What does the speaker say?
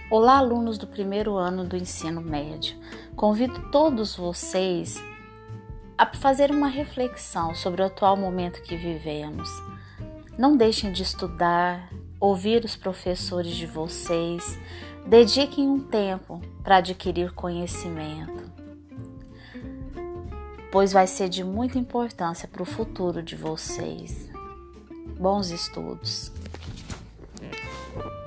Olá, alunos do primeiro ano do ensino médio. Convido todos vocês a fazer uma reflexão sobre o atual momento que vivemos. Não deixem de estudar, ouvir os professores de vocês, dediquem um tempo para adquirir conhecimento, pois vai ser de muita importância para o futuro de vocês. Bons estudos!